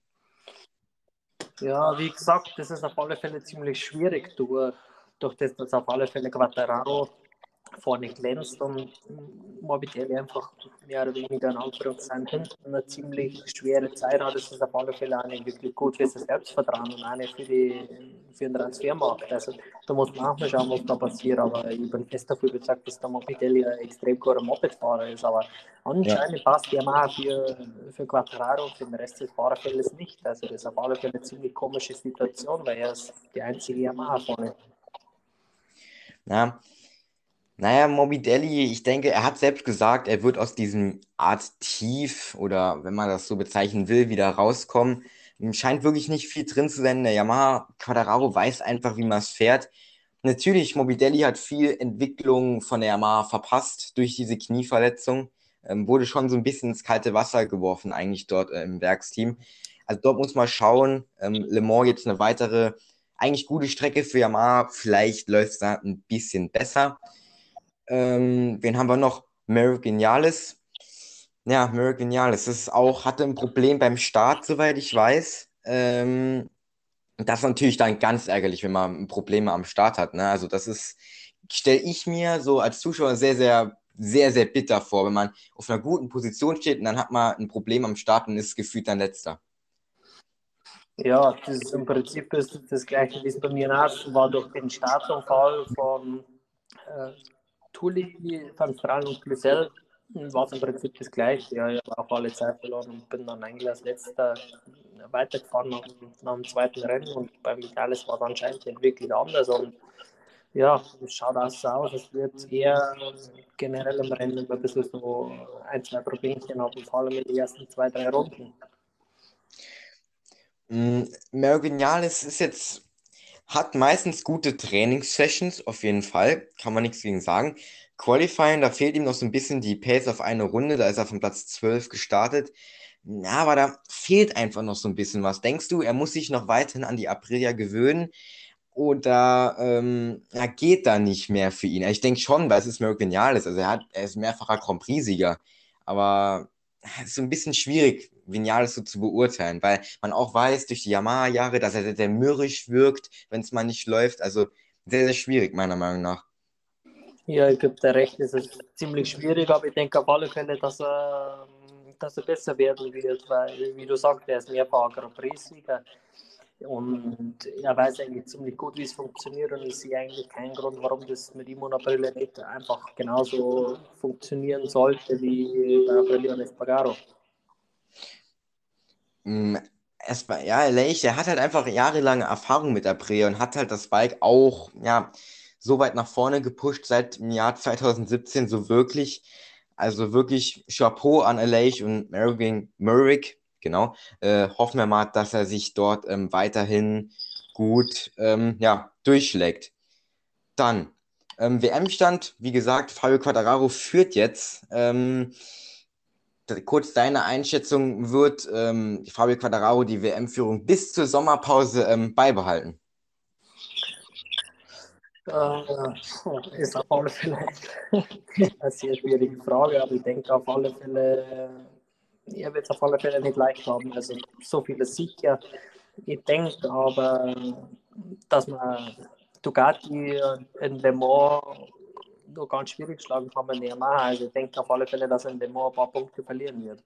Ja, wie gesagt, das ist auf alle Fälle ziemlich schwierig, durch, durch das, dass auf alle Fälle Quattararo vorne glänzt und Morbidelli einfach mehr oder weniger in Anführungszeichen hinten eine ziemlich schwere Zeit hat. Das ist auf alle Fälle auch nicht wirklich gut für das Selbstvertrauen und auch nicht für, die, für den Transfermarkt. Also da muss man auch mal schauen, was da passiert. Aber ich bin fest dafür überzeugt, dass der Morbidelli ein extrem guter Mopedfahrer ist. Aber Ja. anscheinend passt der mal für, für Quattararo und für den Rest des Fahrerfeldes nicht. Also das ist auf alle Fälle eine ziemlich komische Situation, weil er ist die einzige Yamaha vorne. Ja. Naja, Morbidelli, ich denke, er hat selbst gesagt, er wird aus diesem Art Tief oder wenn man das so bezeichnen will, wieder rauskommen. Ihm scheint wirklich nicht viel drin zu sein in der Yamaha. Quadraro weiß einfach, wie man es fährt. Natürlich, Morbidelli hat viel Entwicklung von der Yamaha verpasst durch diese Knieverletzung. Ähm, wurde schon so ein bisschen ins kalte Wasser geworfen, eigentlich dort äh, im Werksteam. Also dort muss man schauen. Ähm, Le Mans jetzt eine weitere, eigentlich gute Strecke für Yamaha. Vielleicht läuft es da ein bisschen besser. Ähm, wen haben wir noch? Maverick Vinales. Ja, Maverick Vinales ist auch, hatte ein Problem beim Start, soweit ich weiß. Ähm, das ist natürlich dann ganz ärgerlich, wenn man Probleme am Start hat. Ne? Also das ist, stelle ich mir so als Zuschauer sehr, sehr, sehr, sehr bitter vor, wenn man auf einer guten Position steht und dann hat man ein Problem am Start und ist gefühlt dann Letzter. Ja, das ist im Prinzip ist das gleiche, wie es bei mir auch war durch den Startunfall von äh, Tulli, Van Strahlen und Cluzel, war es im Prinzip das gleiche. Ja, ich habe auch alle Zeit verloren und bin dann eigentlich als letzter weitergefahren nach, nach dem zweiten Rennen und bei Michaelis war es anscheinend nicht wirklich anders. Und ja, es schaut auch so aus, es wird eher generell im Rennen ein bisschen so ein, zwei Problemchen haben, vor allem in den ersten zwei, drei Runden. Mm, Mero Vinales ist jetzt, hat meistens gute Trainingssessions, auf jeden Fall, kann man nichts gegen sagen. Qualifying, da fehlt ihm noch so ein bisschen die Pace auf eine Runde, da ist er von Platz zwölf gestartet. Ja, aber da fehlt einfach noch so ein bisschen was. Denkst du, er muss sich noch weiterhin an die Aprilia gewöhnen oder ähm, ja, geht da nicht mehr für ihn? Ich denke schon, weil es ist Mero Vinales, also er hat, er ist mehrfacher Grand Prix-Sieger, aber es ist so ein bisschen schwierig, Vinales so zu beurteilen, weil man auch weiß durch die Yamaha-Jahre, dass er sehr, sehr mürrisch wirkt, wenn es mal nicht läuft. Also sehr, sehr schwierig, meiner Meinung nach. Ja, ich gebe dir recht, es ist ziemlich schwierig, aber ich denke auf alle Fälle, dass er, dass er besser werden wird, weil, wie du sagst, er ist mehrfacher Grand Prix-Sieger und er weiß eigentlich ziemlich gut, wie es funktioniert und ich sehe eigentlich keinen Grund, warum das mit ihm und Aprilia nicht einfach genauso funktionieren sollte wie bei Aprilia und Espargaro. Mm, Es war, ja, Leich, der hat halt einfach jahrelange Erfahrung mit Aprilia und hat halt das Bike auch, ja, so weit nach vorne gepusht seit dem Jahr zwanzig siebzehn, so wirklich. Also wirklich Chapeau an Aleix und Merrick, Merrick, genau. Äh, hoffen wir mal, dass er sich dort ähm, weiterhin gut ähm, ja, durchschlägt. Dann, ähm, W M-Stand, wie gesagt, Fabio Quartararo führt jetzt. Ähm, d- kurz deine Einschätzung, wird ähm, Fabio Quartararo die W M-Führung bis zur Sommerpause ähm, beibehalten? Äh, ist auf alle Fälle eine sehr schwierige Frage, aber ich denke auf alle Fälle, er wird es auf alle Fälle nicht leicht haben. Also so viel ist sicher. Ich denke aber, dass man Ducati in Le Mans nur ganz schwierig schlagen kann mit Yamaha. Also ich denke auf alle Fälle, dass er in Le Mans ein paar Punkte verlieren wird.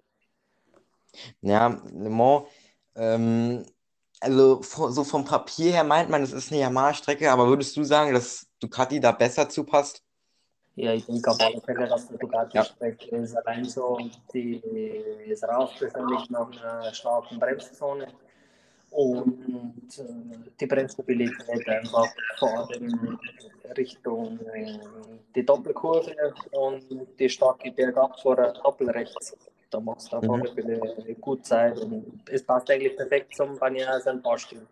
Ja, Le Mans, ähm, also vo- so vom Papier her meint man, es ist eine Yamaha-Strecke, aber würdest du sagen, dass Ducati da besser zupasst? Ja, ich denke auf alle Fälle, dass der Ja. Ducati-Strecke ist allein so, die ist rausgestellt nach einer starken Bremszone. Und äh, die Bremsstabilität einfach vor allem Richtung äh, die Doppelkurve und die starke Bergab vor der Doppelrechts. Da machst du auf Mhm. alle Fälle gut Zeit und es passt eigentlich perfekt zum Banja sein Fahrstil.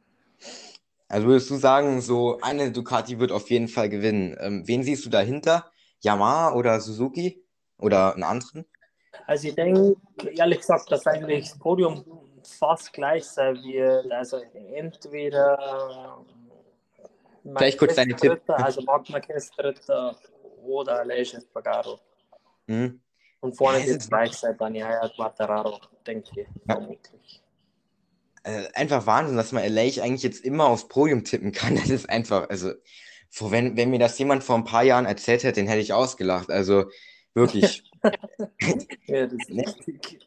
Also würdest du sagen, so eine Ducati wird auf jeden Fall gewinnen. Ähm, wen siehst du dahinter? Yamaha oder Suzuki? Oder einen anderen? Also ich denke, ehrlich gesagt, dass eigentlich das Podium fast gleich sein wird. Also entweder Vielleicht kurz Marquez deine Tipps. Dritter, also Marc Marquez Dritter oder Aleix Espargaro. Mhm. Und Ja, vorne es wird es ist gleich sein, Bagnaia Quattararo, denke ich, ja, vermutlich. äh, einfach Wahnsinn, dass man Aleix eigentlich jetzt immer aufs Podium tippen kann. Das ist einfach, also, vor- wenn, wenn mir das jemand vor ein paar Jahren erzählt hätte, den hätte ich ausgelacht. Also wirklich. Ja, das ist Ne? richtig.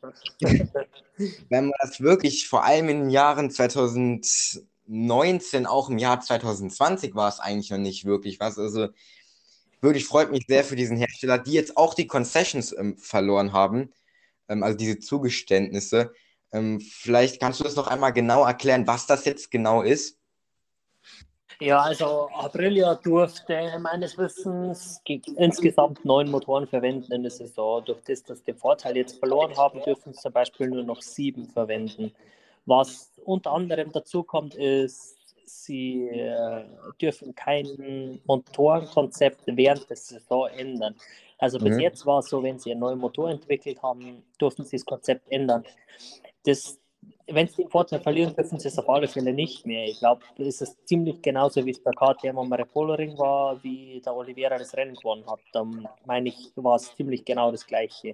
Wenn man das wirklich, vor allem in den Jahren zwanzig neunzehn, auch im Jahr zwanzig zwanzig war es eigentlich noch nicht wirklich was. Also wirklich freut mich sehr für diesen Hersteller, die jetzt auch die Concessions ähm, verloren haben, ähm, also diese Zugeständnisse. Ähm, vielleicht kannst du das noch einmal genau erklären, was das jetzt genau ist. Ja, also Aprilia durfte meines Wissens insgesamt neun Motoren verwenden in der Saison. Durch das, dass die Vorteil jetzt verloren haben, dürfen sie zum Beispiel nur noch sieben verwenden. Was unter anderem dazu kommt, ist, sie äh, dürfen kein Motorenkonzept während der Saison ändern. Also bis Mhm. jetzt war es so, wenn sie einen neuen Motor entwickelt haben, durften sie das Konzept ändern. Das Wenn sie den Vorteil verlieren, dürfen sie es auf alle Fälle nicht mehr. Ich glaube, es ist ziemlich genauso, wie es bei K T M am Repolo-Ring war, wie der Oliveira das Rennen gewonnen hat. Da meine ich, war es ziemlich genau das Gleiche.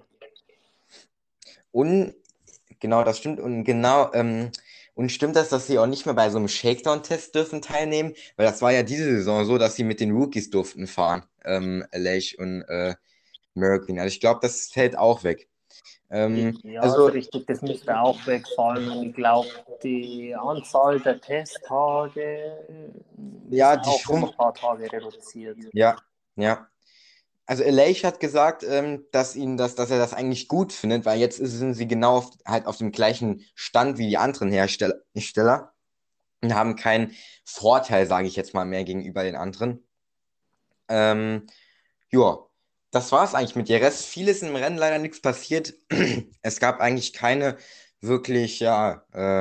Und genau, das stimmt. Und genau, ähm, und stimmt das, dass sie auch nicht mehr bei so einem Shakedown-Test dürfen teilnehmen? Weil das war ja diese Saison so, dass sie mit den Rookies durften fahren, ähm, Aleix und äh, Merkin. Also ich glaube, das fällt auch weg. Ähm, Ja, ist also richtig, das müsste auch wegfallen. Und ich glaube, die Anzahl der Testtage ist ja, die auch um Schrumpf, ein paar Tage reduziert. ja, ja. Also Aleix hat gesagt, ähm, dass ihn das, dass er das eigentlich gut findet, weil jetzt sind sie genau auf, halt auf dem gleichen Stand wie die anderen Hersteller, Hersteller und haben keinen Vorteil, sage ich jetzt mal, mehr gegenüber den anderen. Ähm, ja, das war es eigentlich mit Jerez. Vieles im Rennen leider nichts passiert. Es gab eigentlich keine wirklich, ja, äh,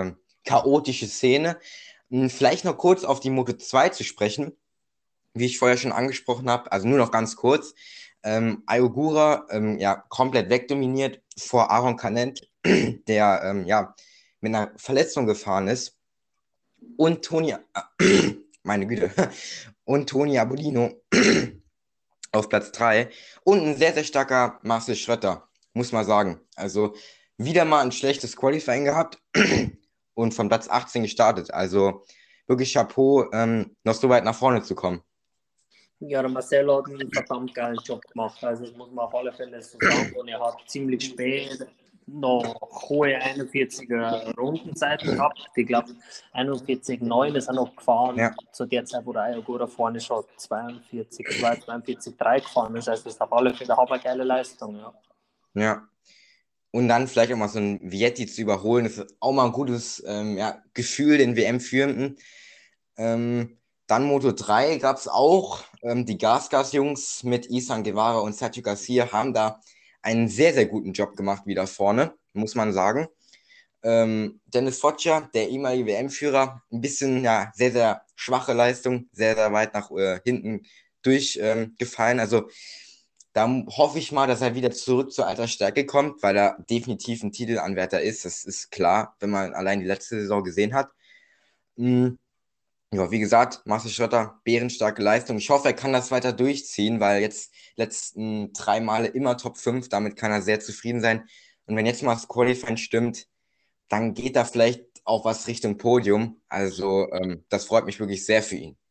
chaotische Szene. Vielleicht noch kurz auf die Moto zwei zu sprechen, wie ich vorher schon angesprochen habe, also nur noch ganz kurz. Ähm, Ayogura, ähm, ja, komplett wegdominiert vor Aaron Canet, der, ähm, ja, mit einer Verletzung gefahren ist. Und Toni, äh, meine Güte, und Toni Arbolino auf Platz drei. Und ein sehr, sehr starker Marcel Schrötter, muss man sagen. Also wieder mal ein schlechtes Qualifying gehabt und von Platz achtzehn gestartet. Also wirklich Chapeau, ähm, noch so weit nach vorne zu kommen. Ja, der Marcel hat einen verdammt geilen Job gemacht. Also das muss man auf alle Fälle so sagen. Und er hat ziemlich spät noch hohe einundvierziger Rundenzeiten gehabt. Ich glaube einundvierzig Komma neun ist er noch gefahren. Ja. Zu der Zeit, wo der Ayogura vorne schon zweiundvierzig Komma zwei, zweiundvierzig Komma drei gefahren ist. Also das ist auf alle Fälle eine geile Leistung. Ja. Ja. Und dann vielleicht auch mal so ein Vietti zu überholen, das ist auch mal ein gutes ähm, ja, Gefühl, den W M-Führenden. Ähm, dann Moto drei gab es auch. Ähm, die Gas-Gas-Jungs mit Isan Guevara und Sergio Garcia haben da einen sehr, sehr guten Job gemacht wieder vorne, muss man sagen. Ähm, Dennis Foggia, der ehemalige W M-Führer, ein bisschen, ja, sehr, sehr schwache Leistung, sehr, sehr weit nach äh, hinten durchgefallen. Ähm, also da hoffe ich mal, dass er wieder zurück zur alter Stärke kommt, weil er definitiv ein Titelanwärter ist. Das ist klar, wenn man allein die letzte Saison gesehen hat. Mhm. Ja, wie gesagt, Marcel Schrötter, bärenstarke Leistung. Ich hoffe, er kann das weiter durchziehen, weil jetzt letzten drei Male immer Top fünf, damit kann er sehr zufrieden sein. Und wenn jetzt mal das Qualifying stimmt, dann geht da vielleicht auch was Richtung Podium. Also ähm, das freut mich wirklich sehr für ihn.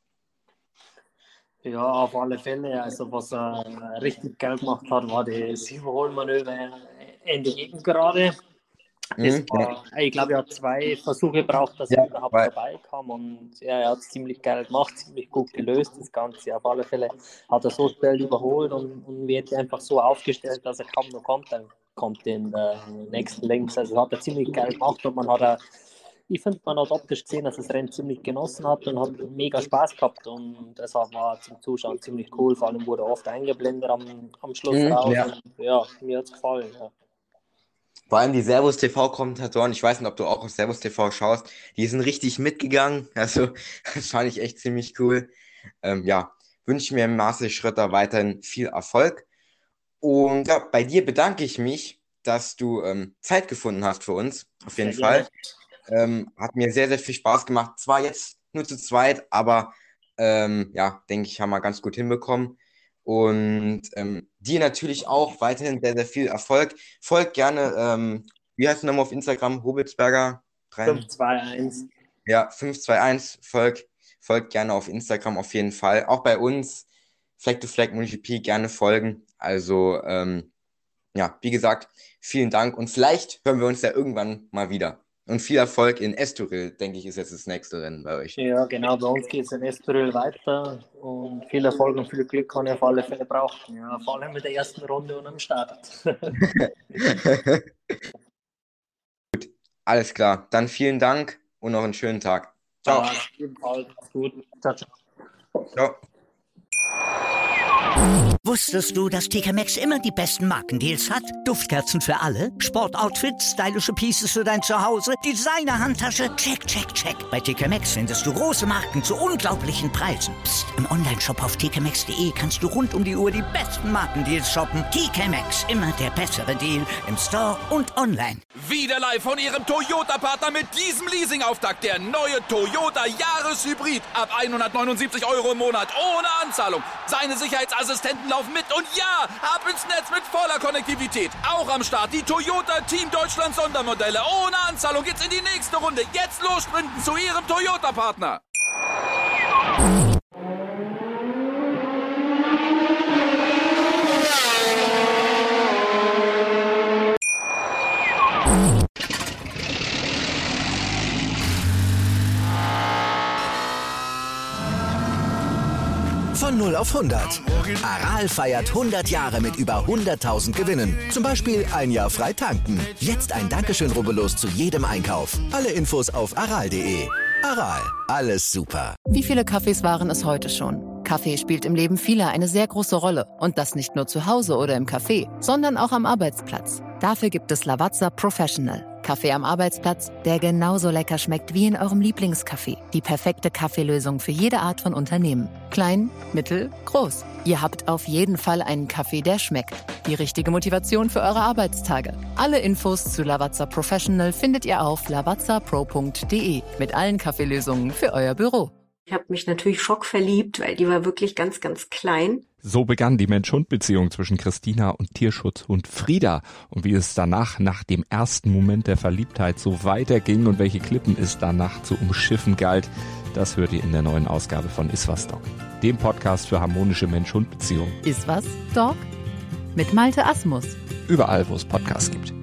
Ja, auf alle Fälle. Also was er richtig geil gemacht hat, war das Überholmanöver Ende Gegengerade. Das war, ich glaube, er hat zwei Versuche gebraucht, dass ja, er überhaupt weil... vorbeikam und ja, er hat es ziemlich geil gemacht, ziemlich gut gelöst, das Ganze. Auf alle Fälle hat er so schnell überholt und, und wird einfach so aufgestellt, dass er kaum noch kommt, dann kommt in der nächsten Links. Also hat er ziemlich geil gemacht und man hat er, ich finde, man hat optisch gesehen, dass das Rennen ziemlich genossen hat und hat mega Spaß gehabt und deshalb war zum Zuschauen ziemlich cool, vor allem wurde er oft eingeblendet am, am Schluss mhm, raus. Ja. Und, ja, mir hat es gefallen, ja. Vor allem die Servus-T V-Kommentatoren, ich weiß nicht, ob du auch auf Servus-T V schaust, die sind richtig mitgegangen, also das fand ich echt ziemlich cool. Ähm, ja, wünsche mir Marcel Schrötter weiterhin viel Erfolg. Und ja, bei dir bedanke ich mich, dass du ähm, Zeit gefunden hast für uns, auf jeden sehr Fall. Ähm, hat mir sehr, sehr viel Spaß gemacht, zwar jetzt nur zu zweit, aber ähm, ja, denke ich, haben wir ganz gut hinbekommen. Und ähm, dir natürlich auch weiterhin sehr, sehr viel Erfolg. Folgt gerne, ähm, wie heißt du nochmal auf Instagram? Hobelsberger fünf zwei eins. Ja, fünf zwei eins. Folgt, folgt gerne auf Instagram auf jeden Fall. Auch bei uns, Flag to Flag MotoGP, gerne folgen. Also, ähm, ja, wie gesagt, vielen Dank. Und vielleicht hören wir uns ja irgendwann mal wieder. Und viel Erfolg in Estoril, denke ich, ist jetzt das nächste Rennen bei euch. Ja, genau, bei uns geht es in Estoril weiter und viel Erfolg und viel Glück kann ich auf alle Fälle brauchen. Ja, vor allem mit der ersten Runde und am Start. Gut, alles klar. Dann vielen Dank und noch einen schönen Tag. Ciao. Ja, ebenfalls. Gut. Ciao, ciao. Ciao. Wusstest du, dass T K Maxx immer die besten Markendeals hat? Duftkerzen für alle, Sportoutfits, stylische Pieces für dein Zuhause, Designer-Handtasche, check, check, check. Bei T K Maxx findest du große Marken zu unglaublichen Preisen. Psst. Im Onlineshop auf t k maxx punkt d e kannst du rund um die Uhr die besten Markendeals shoppen. T K Maxx, immer der bessere Deal im Store und online. Wieder live von Ihrem Toyota-Partner mit diesem Leasing-Auftakt. Der neue Toyota Jahreshybrid. Ab hundertneunundsiebzig Euro im Monat ohne Anzahlung. Seine Sicherheitsassistenten laufen mit und ja, ab ins Netz mit voller Konnektivität. Auch am Start die Toyota Team Deutschland Sondermodelle. Ohne Anzahlung geht's in die nächste Runde. Jetzt los sprinten zu Ihrem Toyota-Partner. Von null auf hundert. Aral feiert hundert Jahre mit über hunderttausend Gewinnen. Zum Beispiel ein Jahr frei tanken. Jetzt ein Dankeschön, rubbellos zu jedem Einkauf. Alle Infos auf aral punkt de. Aral, alles super. Wie viele Kaffees waren es heute schon? Kaffee spielt im Leben vieler eine sehr große Rolle. Und das nicht nur zu Hause oder im Café, sondern auch am Arbeitsplatz. Dafür gibt es Lavazza Professional. Kaffee am Arbeitsplatz, der genauso lecker schmeckt wie in eurem Lieblingscafé. Die perfekte Kaffeelösung für jede Art von Unternehmen. Klein, mittel, groß. Ihr habt auf jeden Fall einen Kaffee, der schmeckt. Die richtige Motivation für eure Arbeitstage. Alle Infos zu Lavazza Professional findet ihr auf lavazza pro punkt de mit allen Kaffeelösungen für euer Büro. Ich habe mich natürlich schockverliebt, weil die war wirklich ganz, ganz klein. So begann die Mensch-Hund-Beziehung zwischen Christina und Tierschutzhund Frieda. Und wie es danach, nach dem ersten Moment der Verliebtheit, so weiterging und welche Klippen es danach zu umschiffen galt, das hört ihr in der neuen Ausgabe von Iswas Dog, dem Podcast für harmonische Mensch-Hund-Beziehungen. Iswas Dog? Mit Malte Asmus. Überall, wo es Podcasts gibt.